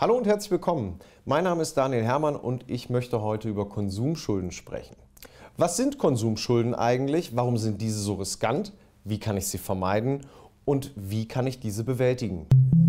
Hallo und herzlich willkommen. Mein Name ist Daniel Herrmann und ich möchte heute über Konsumschulden sprechen. Was sind Konsumschulden eigentlich? Warum sind diese so riskant? Wie kann ich sie vermeiden? Und wie kann ich diese bewältigen?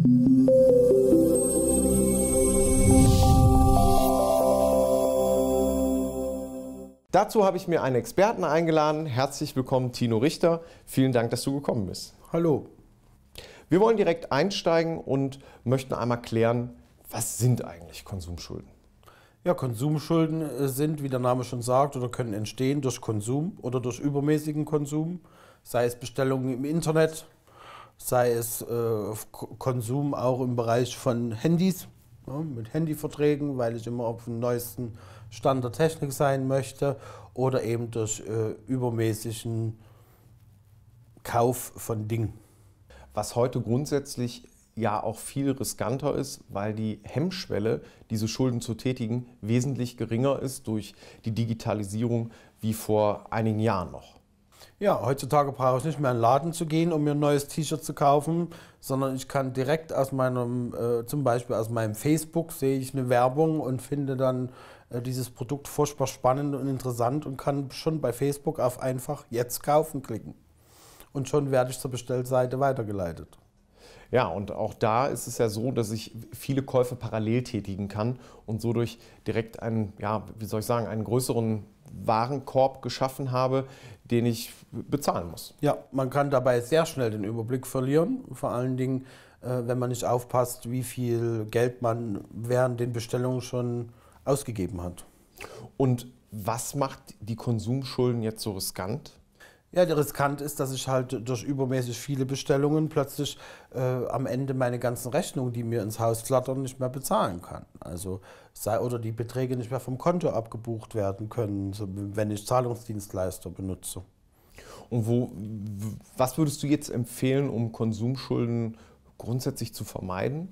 Dazu habe ich mir einen Experten eingeladen. Herzlich willkommen, Tino Richter. Vielen Dank, dass du gekommen bist. Hallo. Wir wollen direkt einsteigen und möchten einmal klären, was sind eigentlich Konsumschulden? Ja, Konsumschulden sind, wie der Name schon sagt, oder können entstehen durch Konsum oder durch übermäßigen Konsum, sei es Bestellungen im Internet, sei es Konsum auch im Bereich von Handys, ja, mit Handyverträgen, weil ich immer auf dem neuesten Stand der Technik sein möchte, oder eben durch übermäßigen Kauf von Dingen. Was heute grundsätzlich ja auch viel riskanter ist, weil die Hemmschwelle, diese Schulden zu tätigen, wesentlich geringer ist durch die Digitalisierung wie vor einigen Jahren noch. Ja, heutzutage brauche ich nicht mehr in den Laden zu gehen, um mir ein neues T-Shirt zu kaufen, sondern ich kann direkt aus meinem, zum Beispiel aus meinem Facebook, sehe ich eine Werbung und finde dann dieses Produkt furchtbar spannend und interessant und kann schon bei Facebook auf einfach jetzt kaufen klicken. Und schon werde ich zur Bestellseite weitergeleitet. Ja, und auch da ist es ja so, dass ich viele Käufe parallel tätigen kann und so durch direkt einen, ja, wie soll ich sagen, einen größeren Warenkorb geschaffen habe, den ich bezahlen muss. Ja, man kann dabei sehr schnell den Überblick verlieren, vor allen Dingen, wenn man nicht aufpasst, wie viel Geld man während den Bestellungen schon ausgegeben hat. Und was macht die Konsumschulden jetzt so riskant? Ja, riskant ist, dass ich halt durch übermäßig viele Bestellungen plötzlich am Ende meine ganzen Rechnungen, die mir ins Haus flattern, nicht mehr bezahlen kann. Also oder die Beträge nicht mehr vom Konto abgebucht werden können, so, wenn ich Zahlungsdienstleister benutze. Und was würdest du jetzt empfehlen, um Konsumschulden grundsätzlich zu vermeiden?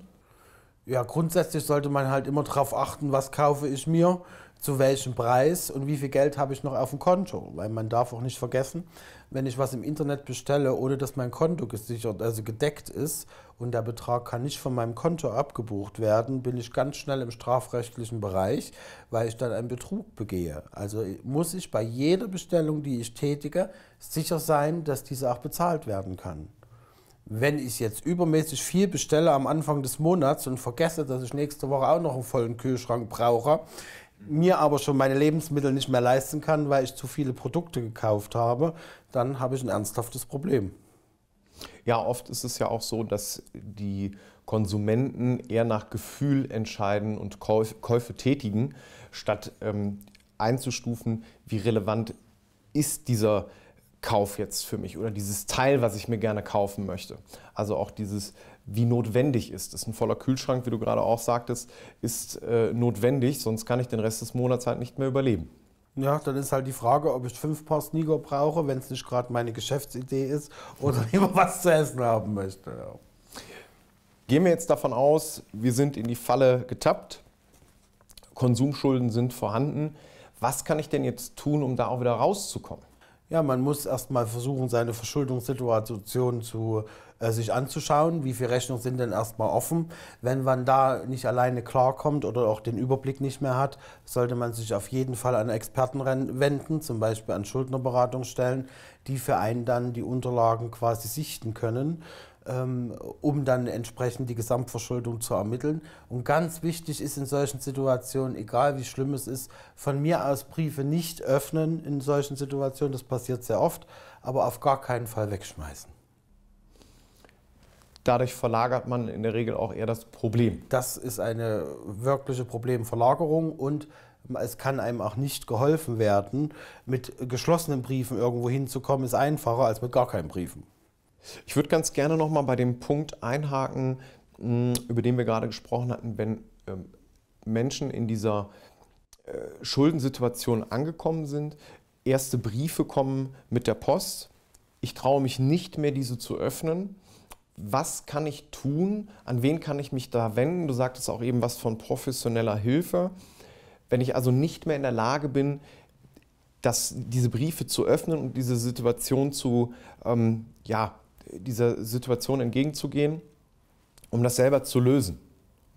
Ja, grundsätzlich sollte man halt immer darauf achten, was kaufe ich mir, zu welchem Preis und wie viel Geld habe ich noch auf dem Konto. Weil man darf auch nicht vergessen, wenn ich was im Internet bestelle, ohne dass mein Konto gesichert, also gedeckt ist und der Betrag kann nicht von meinem Konto abgebucht werden, bin ich ganz schnell im strafrechtlichen Bereich, weil ich dann einen Betrug begehe. Also muss ich bei jeder Bestellung, die ich tätige, sicher sein, dass diese auch bezahlt werden kann. Wenn ich jetzt übermäßig viel bestelle am Anfang des Monats und vergesse, dass ich nächste Woche auch noch einen vollen Kühlschrank brauche, mir aber schon meine Lebensmittel nicht mehr leisten kann, weil ich zu viele Produkte gekauft habe, dann habe ich ein ernsthaftes Problem. Ja, oft ist es ja auch so, dass die Konsumenten eher nach Gefühl entscheiden und Käufe tätigen, statt einzustufen, wie relevant ist dieser Kauf jetzt für mich oder dieses Teil, was ich mir gerne kaufen möchte. Also auch dieses, wie notwendig ist es. Ein voller Kühlschrank, wie du gerade auch sagtest, ist notwendig, sonst kann ich den Rest des Monats halt nicht mehr überleben. Ja, dann ist halt die Frage, ob ich 5 Paar Sneaker brauche, wenn es nicht gerade meine Geschäftsidee ist oder lieber was zu essen haben möchte. Ja. Gehen wir jetzt davon aus, wir sind in die Falle getappt, Konsumschulden sind vorhanden. Was kann ich denn jetzt tun, um da auch wieder rauszukommen? Ja, man muss erstmal versuchen, seine Verschuldungssituation sich anzuschauen. Wie viele Rechnungen sind denn erstmal offen? Wenn man da nicht alleine klarkommt oder auch den Überblick nicht mehr hat, sollte man sich auf jeden Fall an Experten wenden, zum Beispiel an Schuldnerberatungsstellen, die für einen dann die Unterlagen quasi sichten können, um dann entsprechend die Gesamtverschuldung zu ermitteln. Und ganz wichtig ist in solchen Situationen, egal wie schlimm es ist, von mir aus Briefe nicht öffnen in solchen Situationen, das passiert sehr oft, aber auf gar keinen Fall wegschmeißen. Dadurch verlagert man in der Regel auch eher das Problem. Das ist eine wirkliche Problemverlagerung und es kann einem auch nicht geholfen werden. Mit geschlossenen Briefen irgendwo hinzukommen, ist einfacher als mit gar keinen Briefen. Ich würde ganz gerne noch mal bei dem Punkt einhaken, über den wir gerade gesprochen hatten, wenn Menschen in dieser Schuldensituation angekommen sind, erste Briefe kommen mit der Post, ich traue mich nicht mehr, diese zu öffnen. Was kann ich tun? An wen kann ich mich da wenden? Du sagtest auch eben was von professioneller Hilfe. Wenn ich also nicht mehr in der Lage bin, diese Briefe zu öffnen und diese Situation dieser Situation entgegenzugehen, um das selber zu lösen.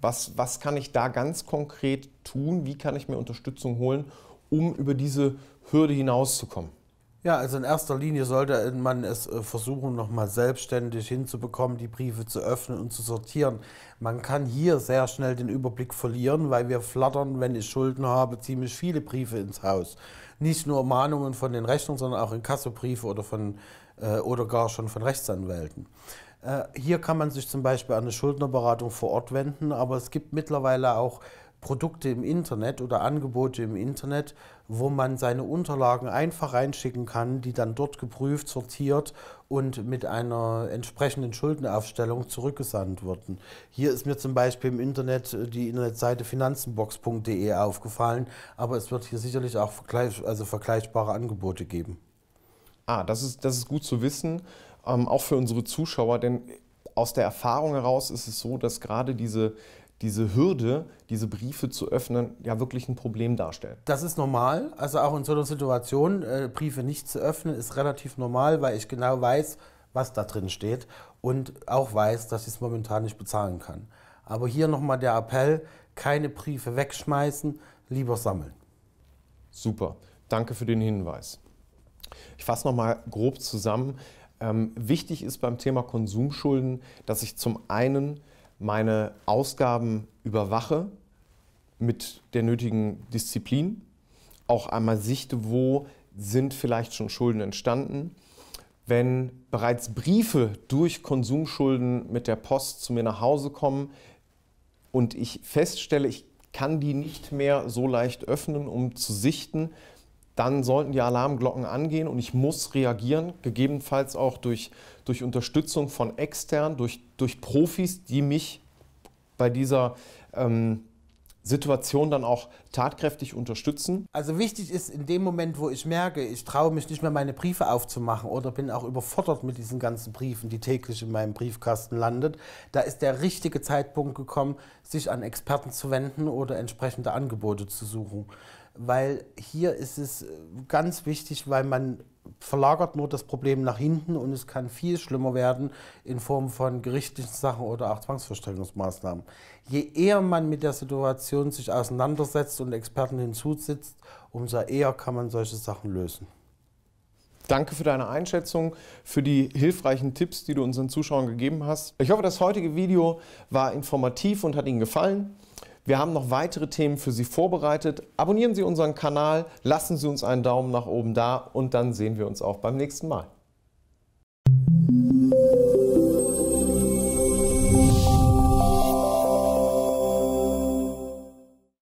Was kann ich da ganz konkret tun? Wie kann ich mir Unterstützung holen, um über diese Hürde hinauszukommen? Ja, also in erster Linie sollte man es versuchen, nochmal selbstständig hinzubekommen, die Briefe zu öffnen und zu sortieren. Man kann hier sehr schnell den Überblick verlieren, weil wir flattern, wenn ich Schulden habe, ziemlich viele Briefe ins Haus. Nicht nur Mahnungen von den Rechnern, sondern auch Inkassobriefe oder gar schon von Rechtsanwälten. Hier kann man sich zum Beispiel an eine Schuldnerberatung vor Ort wenden, aber es gibt mittlerweile auch Produkte im Internet oder Angebote im Internet, wo man seine Unterlagen einfach reinschicken kann, die dann dort geprüft, sortiert und mit einer entsprechenden Schuldenaufstellung zurückgesandt wurden. Hier ist mir zum Beispiel im Internet die Internetseite finanzenbox.de aufgefallen, aber es wird hier sicherlich auch vergleichbare Angebote geben. Das ist gut zu wissen, auch für unsere Zuschauer, denn aus der Erfahrung heraus ist es so, dass gerade diese Hürde, diese Briefe zu öffnen, ja wirklich ein Problem darstellt. Das ist normal, also auch in so einer Situation, Briefe nicht zu öffnen, ist relativ normal, weil ich genau weiß, was da drin steht und auch weiß, dass ich es momentan nicht bezahlen kann. Aber hier nochmal der Appell, keine Briefe wegschmeißen, lieber sammeln. Super, danke für den Hinweis. Ich fasse nochmal grob zusammen. Wichtig ist beim Thema Konsumschulden, dass ich zum einen meine Ausgaben überwache mit der nötigen Disziplin, auch einmal sichte, wo sind vielleicht schon Schulden entstanden. Wenn bereits Briefe durch Konsumschulden mit der Post zu mir nach Hause kommen und ich feststelle, ich kann die nicht mehr so leicht öffnen, um zu sichten, dann sollten die Alarmglocken angehen und ich muss reagieren, gegebenenfalls auch durch Unterstützung von extern, durch Profis, die mich bei dieser Situation dann auch tatkräftig unterstützen. Also wichtig ist in dem Moment, wo ich merke, ich traue mich nicht mehr, meine Briefe aufzumachen oder bin auch überfordert mit diesen ganzen Briefen, die täglich in meinem Briefkasten landet, da ist der richtige Zeitpunkt gekommen, sich an Experten zu wenden oder entsprechende Angebote zu suchen. Weil hier ist es ganz wichtig, weil man verlagert nur das Problem nach hinten und es kann viel schlimmer werden in Form von gerichtlichen Sachen oder auch Zwangsversteigerungsmaßnahmen. Je eher man mit der Situation sich auseinandersetzt und Experten hinzusitzt, umso eher kann man solche Sachen lösen. Danke für deine Einschätzung, für die hilfreichen Tipps, die du unseren Zuschauern gegeben hast. Ich hoffe, das heutige Video war informativ und hat Ihnen gefallen. Wir haben noch weitere Themen für Sie vorbereitet. Abonnieren Sie unseren Kanal, lassen Sie uns einen Daumen nach oben da und dann sehen wir uns auch beim nächsten Mal.